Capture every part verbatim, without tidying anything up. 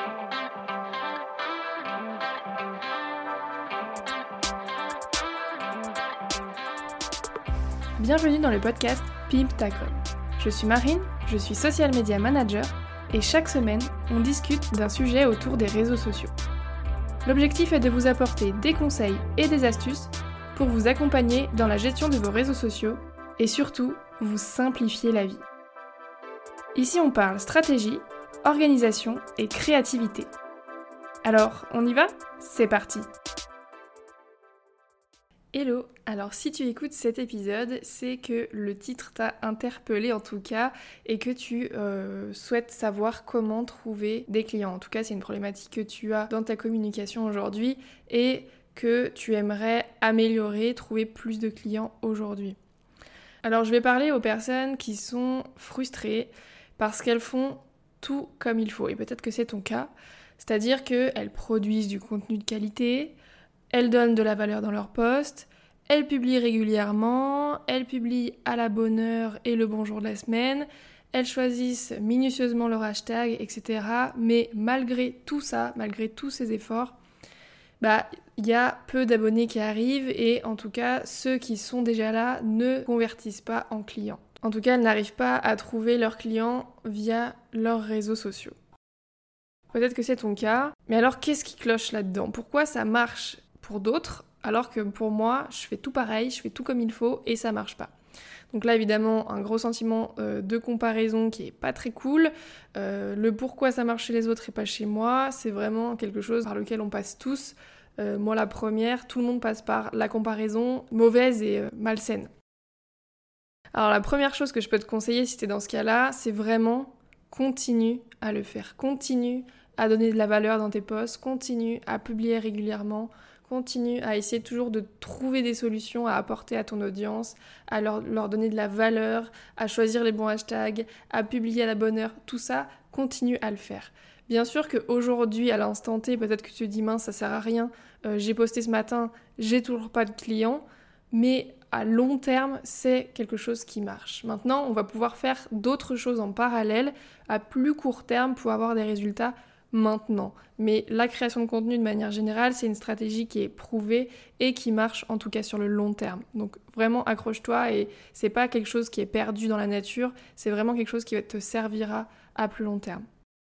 Bienvenue dans le podcast Pimp ta com. Je suis Marine, je suis social media manager et chaque semaine, on discute d'un sujet autour des réseaux sociaux. L'objectif est de vous apporter des conseils et des astuces pour vous accompagner dans la gestion de vos réseaux sociaux et surtout, vous simplifier la vie. Ici, on parle stratégie, organisation et créativité. Alors, on y va ? C'est parti ! Hello, alors si tu écoutes cet épisode, c'est que le titre t'a interpellé en tout cas et que tu euh, souhaites savoir comment trouver des clients. En tout cas, c'est une problématique que tu as dans ta communication aujourd'hui et que tu aimerais améliorer, trouver plus de clients aujourd'hui. Alors je vais parler aux personnes qui sont frustrées parce qu'elles font tout comme il faut et peut-être que c'est ton cas, c'est-à-dire qu'elles produisent du contenu de qualité, elles donnent de la valeur dans leur post, elles publient régulièrement, elles publient à la bonne heure et le bon jour de la semaine, elles choisissent minutieusement leur hashtag, et cetera. Mais malgré tout ça, malgré tous ces efforts, bah, il y a peu d'abonnés qui arrivent et en tout cas, ceux qui sont déjà là ne convertissent pas en clients. En tout cas, elles n'arrivent pas à trouver leurs clients via leurs réseaux sociaux. Peut-être que c'est ton cas, mais alors qu'est-ce qui cloche là-dedans ? Pourquoi ça marche pour d'autres, alors que pour moi, je fais tout pareil, je fais tout comme il faut et ça marche pas. Donc là, évidemment, un gros sentiment euh, de comparaison qui est pas très cool. Euh, le pourquoi ça marche chez les autres et pas chez moi, c'est vraiment quelque chose par lequel on passe tous. Euh, moi, la première, tout le monde passe par la comparaison mauvaise et euh, malsaine. Alors la première chose que je peux te conseiller si t'es dans ce cas-là, c'est vraiment continue à le faire. Continue à donner de la valeur dans tes posts, continue à publier régulièrement, continue à essayer toujours de trouver des solutions à apporter à ton audience, à leur, leur donner de la valeur, à choisir les bons hashtags, à publier à la bonne heure, tout ça, continue à le faire. Bien sûr qu'aujourd'hui, à l'instant T, peut-être que tu te dis « mince, ça sert à rien, euh, j'ai posté ce matin, j'ai toujours pas de clients », mais à long terme, c'est quelque chose qui marche. Maintenant, on va pouvoir faire d'autres choses en parallèle, à plus court terme, pour avoir des résultats maintenant. Mais la création de contenu de manière générale, c'est une stratégie qui est prouvée et qui marche en tout cas sur le long terme. Donc vraiment accroche-toi et c'est pas quelque chose qui est perdu dans la nature, c'est vraiment quelque chose qui te servira à plus long terme.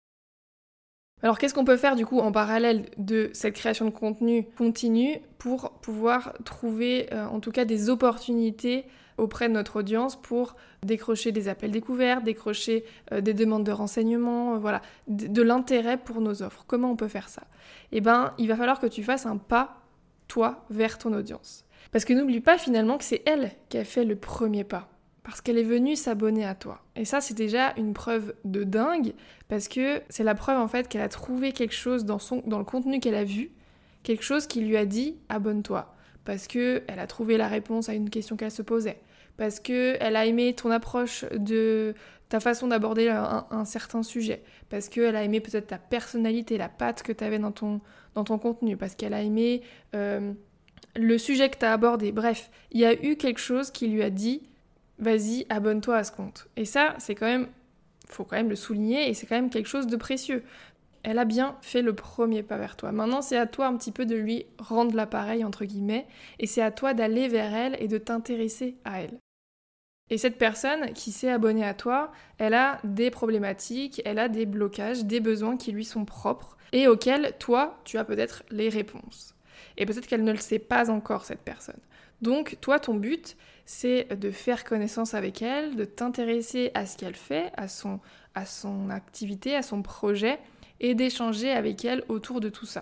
Alors qu'est-ce qu'on peut faire du coup en parallèle de cette création de contenu continue pour pouvoir trouver euh, en tout cas des opportunités auprès de notre audience pour décrocher des appels découverts, décrocher euh, des demandes de renseignements, euh, voilà, de, de l'intérêt pour nos offres. Comment on peut faire ça ? Eh ben, il va falloir que tu fasses un pas, toi, vers ton audience. Parce que n'oublie pas finalement que c'est elle qui a fait le premier pas. Parce qu'elle est venue s'abonner à toi. Et ça, c'est déjà une preuve de dingue, parce que c'est la preuve en fait qu'elle a trouvé quelque chose dans, son, dans le contenu qu'elle a vu, quelque chose qui lui a dit « abonne-toi ». Parce qu'elle a trouvé la réponse à une question qu'elle se posait. Parce qu'elle a aimé ton approche de ta façon d'aborder un, un certain sujet. Parce qu'elle a aimé peut-être ta personnalité, la patte que tu avais dans ton, dans ton contenu. Parce qu'elle a aimé euh, le sujet que tu as abordé. Bref, il y a eu quelque chose qui lui a dit « vas-y, abonne-toi à ce compte ». Et ça, c'est quand même, faut quand même le souligner et c'est quand même quelque chose de précieux. Elle a bien fait le premier pas vers toi. Maintenant, c'est à toi un petit peu de lui rendre l'appareil, entre guillemets, et c'est à toi d'aller vers elle et de t'intéresser à elle. Et cette personne qui s'est abonnée à toi, elle a des problématiques, elle a des blocages, des besoins qui lui sont propres et auxquels, toi, tu as peut-être les réponses. Et peut-être qu'elle ne le sait pas encore, cette personne. Donc, toi, ton but, c'est de faire connaissance avec elle, de t'intéresser à ce qu'elle fait, à son, à son activité, à son projet, et d'échanger avec elle autour de tout ça.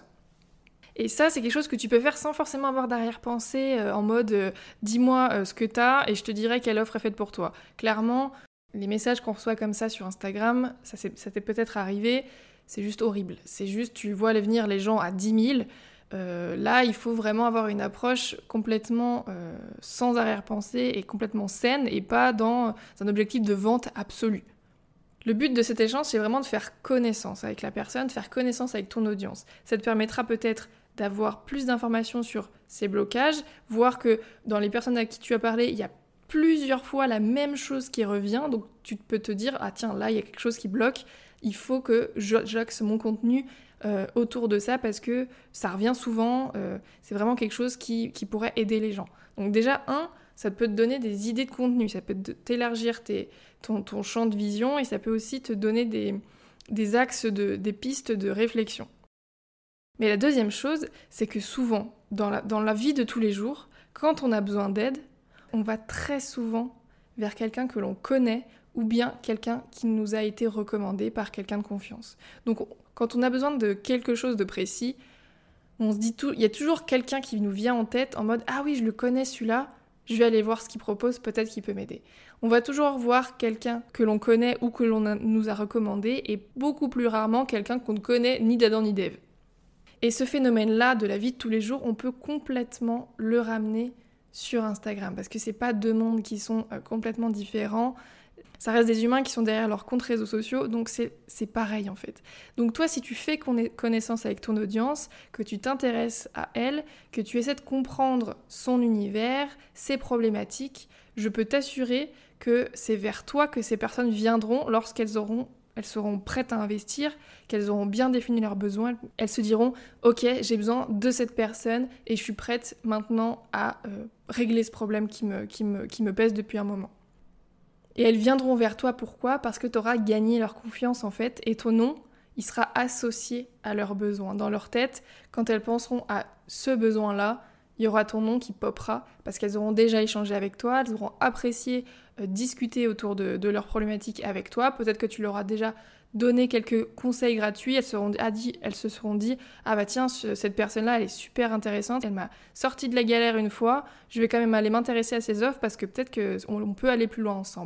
Et ça, c'est quelque chose que tu peux faire sans forcément avoir d'arrière-pensée, euh, en mode euh, « dis-moi euh, ce que t'as et je te dirai quelle offre est faite pour toi ». Clairement, les messages qu'on reçoit comme ça sur Instagram, ça, c'est, ça t'est peut-être arrivé, c'est juste horrible. C'est juste, tu vois venir les gens à dix mille. Euh, là, il faut vraiment avoir une approche complètement euh, sans arrière-pensée et complètement saine et pas dans un objectif de vente absolue. Le but de cet échange, c'est vraiment de faire connaissance avec la personne, de faire connaissance avec ton audience. Ça te permettra peut-être d'avoir plus d'informations sur ces blocages, voir que dans les personnes à qui tu as parlé, il y a plusieurs fois la même chose qui revient, donc tu peux te dire « Ah tiens, là, il y a quelque chose qui bloque, il faut que j'axe mon contenu euh, autour de ça parce que ça revient souvent, euh, c'est vraiment quelque chose qui, qui pourrait aider les gens. » Donc déjà, un, ça peut te donner des idées de contenu, ça peut t'élargir tes, ton, ton champ de vision et ça peut aussi te donner des, des axes, de, des pistes de réflexion. Mais la deuxième chose, c'est que souvent, dans la, dans la vie de tous les jours, quand on a besoin d'aide, on va très souvent vers quelqu'un que l'on connaît ou bien quelqu'un qui nous a été recommandé par quelqu'un de confiance. Donc quand on a besoin de quelque chose de précis, on se dit tout, il y a toujours quelqu'un qui nous vient en tête en mode « Ah oui, je le connais celui-là, je vais aller voir ce qu'il propose, peut-être qu'il peut m'aider. » On va toujours voir quelqu'un que l'on connaît ou que l'on a, nous a recommandé et beaucoup plus rarement quelqu'un qu'on ne connaît ni d'Adam ni d'Ève. Et ce phénomène-là de la vie de tous les jours, on peut complètement le ramener sur Instagram parce que c'est pas deux mondes qui sont euh, complètement différents. Ça reste des humains qui sont derrière leurs comptes réseaux sociaux, donc c'est, c'est pareil en fait. Donc toi, si tu fais connaissance avec ton audience, que tu t'intéresses à elle, que tu essaies de comprendre son univers, ses problématiques, je peux t'assurer que c'est vers toi que ces personnes viendront lorsqu'elles auront, elles seront prêtes à investir, qu'elles auront bien défini leurs besoins. Elles se diront « Ok, j'ai besoin de cette personne et je suis prête maintenant à euh, régler ce problème qui me, qui me, qui me pèse depuis un moment. » Et elles viendront vers toi, pourquoi ? Parce que tu auras gagné leur confiance en fait, et ton nom, il sera associé à leurs besoins. Dans leur tête, quand elles penseront à ce besoin-là, il y aura ton nom qui popera, parce qu'elles auront déjà échangé avec toi, elles auront apprécié euh, discuter autour de, de leurs problématiques avec toi, peut-être que tu leur as déjà donné quelques conseils gratuits, elles, seront, ah, dit, elles se seront dit « Ah bah tiens, ce, cette personne-là, elle est super intéressante, elle m'a sorti de la galère une fois, je vais quand même aller m'intéresser à ses offres parce que peut-être qu'on on peut aller plus loin ensemble. »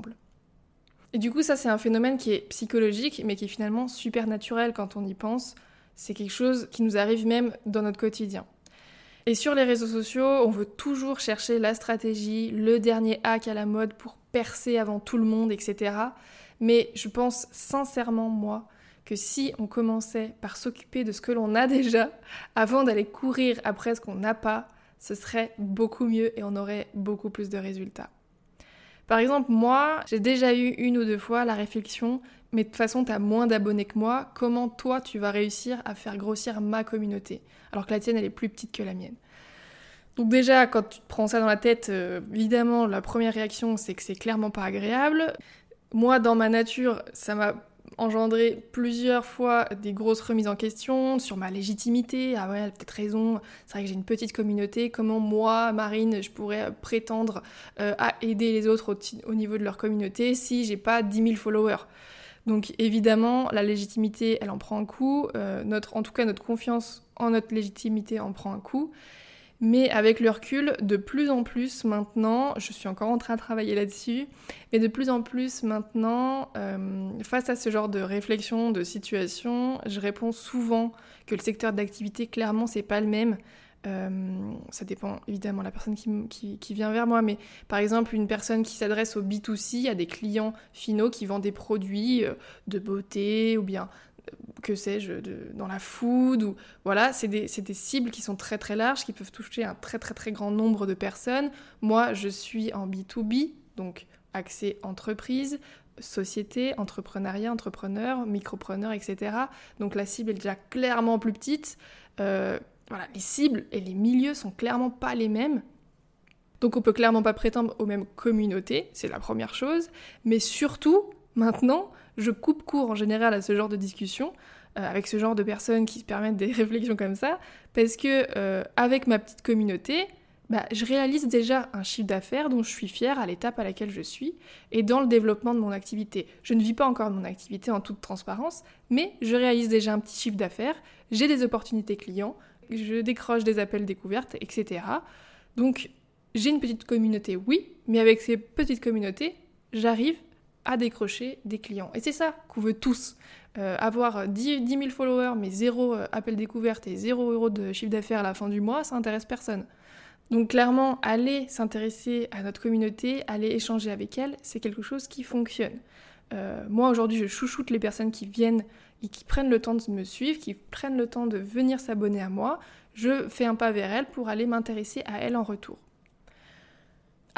Et du coup, ça, c'est un phénomène qui est psychologique, mais qui est finalement super naturel quand on y pense. C'est quelque chose qui nous arrive même dans notre quotidien. Et sur les réseaux sociaux, on veut toujours chercher la stratégie, le dernier hack à la mode pour percer avant tout le monde, et cetera. Mais je pense sincèrement, moi, que si on commençait par s'occuper de ce que l'on a déjà, avant d'aller courir après ce qu'on n'a pas, ce serait beaucoup mieux et on aurait beaucoup plus de résultats. Par exemple, moi, j'ai déjà eu une ou deux fois la réflexion, mais de toute façon, t'as moins d'abonnés que moi, comment toi, tu vas réussir à faire grossir ma communauté, alors que la tienne, elle est plus petite que la mienne. Donc déjà, quand tu te prends ça dans la tête, euh, évidemment, la première réaction, c'est que c'est clairement pas agréable. Moi, dans ma nature, ça m'a engendré plusieurs fois des grosses remises en question sur ma légitimité. Ah ouais, elle a peut-être raison, c'est vrai que j'ai une petite communauté, comment moi, Marine, je pourrais prétendre euh, à aider les autres au, t- au niveau de leur communauté si j'ai pas dix mille followers. Donc évidemment, la légitimité, elle en prend un coup, euh, notre, en tout cas notre confiance en notre légitimité en prend un coup. Mais avec le recul, de plus en plus maintenant, je suis encore en train de travailler là-dessus, mais de plus en plus maintenant, euh, face à ce genre de réflexion, de situation, je réponds souvent que le secteur d'activité, clairement, c'est pas le même. Euh, ça dépend évidemment de la personne qui, qui, qui vient vers moi, mais par exemple, une personne qui s'adresse au B deux C, à des clients finaux qui vendent des produits de beauté ou bien que sais-je, de, dans la food, ou voilà, c'est des, c'est des cibles qui sont très très larges, qui peuvent toucher un très très très grand nombre de personnes. Moi, je suis en B deux B, donc accès entreprise, société, entrepreneuriat, entrepreneur, micropreneur, et cetera. Donc la cible est déjà clairement plus petite. Euh, voilà, les cibles et les milieux sont clairement pas les mêmes. Donc on peut clairement pas prétendre aux mêmes communautés, c'est la première chose. Mais surtout, maintenant, je coupe court en général à ce genre de discussion, euh, avec ce genre de personnes qui se permettent des réflexions comme ça, parce que euh, avec ma petite communauté, bah, je réalise déjà un chiffre d'affaires dont je suis fière à l'étape à laquelle je suis, et dans le développement de mon activité. Je ne vis pas encore mon activité en toute transparence, mais je réalise déjà un petit chiffre d'affaires, j'ai des opportunités clients, je décroche des appels découvertes, et cetera. Donc j'ai une petite communauté, oui, mais avec ces petites communautés, j'arrive à décrocher des clients. Et c'est ça qu'on veut tous. Euh, avoir dix mille followers, mais zéro euh, appel découverte et zéro euro de chiffre d'affaires à la fin du mois, ça intéresse personne. Donc clairement, aller s'intéresser à notre communauté, aller échanger avec elle, c'est quelque chose qui fonctionne. Euh, moi, aujourd'hui, je chouchoute les personnes qui viennent et qui prennent le temps de me suivre, qui prennent le temps de venir s'abonner à moi. Je fais un pas vers elles pour aller m'intéresser à elles en retour.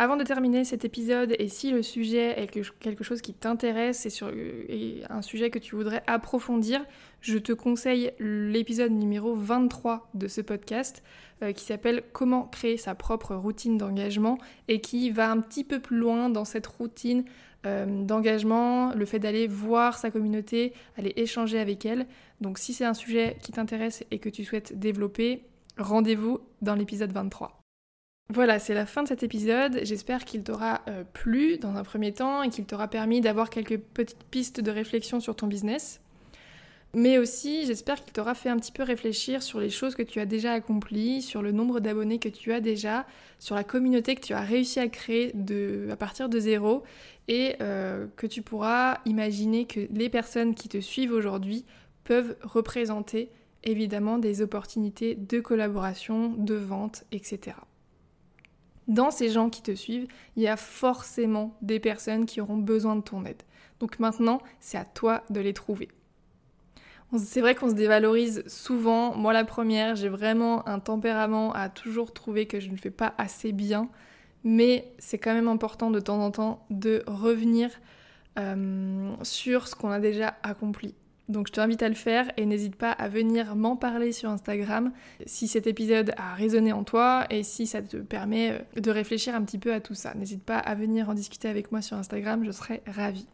Avant de terminer cet épisode, et si le sujet est quelque chose qui t'intéresse et, sur, et un sujet que tu voudrais approfondir, je te conseille l'épisode numéro vingt-trois de ce podcast euh, qui s'appelle « Comment créer sa propre routine d'engagement » et qui va un petit peu plus loin dans cette routine euh, d'engagement, le fait d'aller voir sa communauté, aller échanger avec elle. Donc si c'est un sujet qui t'intéresse et que tu souhaites développer, rendez-vous dans l'épisode vingt-trois. Voilà, c'est la fin de cet épisode. J'espère qu'il t'aura euh, plu dans un premier temps et qu'il t'aura permis d'avoir quelques petites pistes de réflexion sur ton business. Mais aussi, j'espère qu'il t'aura fait un petit peu réfléchir sur les choses que tu as déjà accomplies, sur le nombre d'abonnés que tu as déjà, sur la communauté que tu as réussi à créer de, à partir de zéro et euh, que tu pourras imaginer que les personnes qui te suivent aujourd'hui peuvent représenter évidemment des opportunités de collaboration, de vente, et cetera. Dans ces gens qui te suivent, il y a forcément des personnes qui auront besoin de ton aide. Donc maintenant, c'est à toi de les trouver. C'est vrai qu'on se dévalorise souvent. Moi, la première, j'ai vraiment un tempérament à toujours trouver que je ne fais pas assez bien. Mais c'est quand même important de temps en temps de revenir euh, sur ce qu'on a déjà accompli. Donc je t'invite à le faire et n'hésite pas à venir m'en parler sur Instagram si cet épisode a résonné en toi et si ça te permet de réfléchir un petit peu à tout ça. N'hésite pas à venir en discuter avec moi sur Instagram, je serai ravie.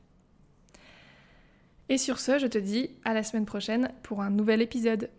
Et sur ce, je te dis à la semaine prochaine pour un nouvel épisode.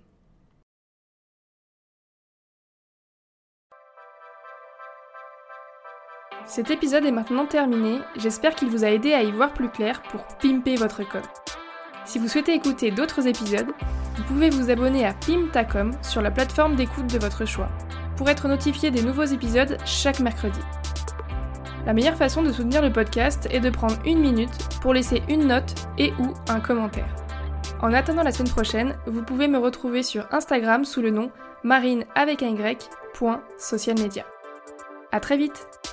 Cet épisode est maintenant terminé, j'espère qu'il vous a aidé à y voir plus clair pour pimper votre com. Si vous souhaitez écouter d'autres épisodes, vous pouvez vous abonner à Pimp ta com sur la plateforme d'écoute de votre choix, pour être notifié des nouveaux épisodes chaque mercredi. La meilleure façon de soutenir le podcast est de prendre une minute pour laisser une note et ou un commentaire. En attendant la semaine prochaine, vous pouvez me retrouver sur Instagram sous le nom marine avec un y point social media. À très vite.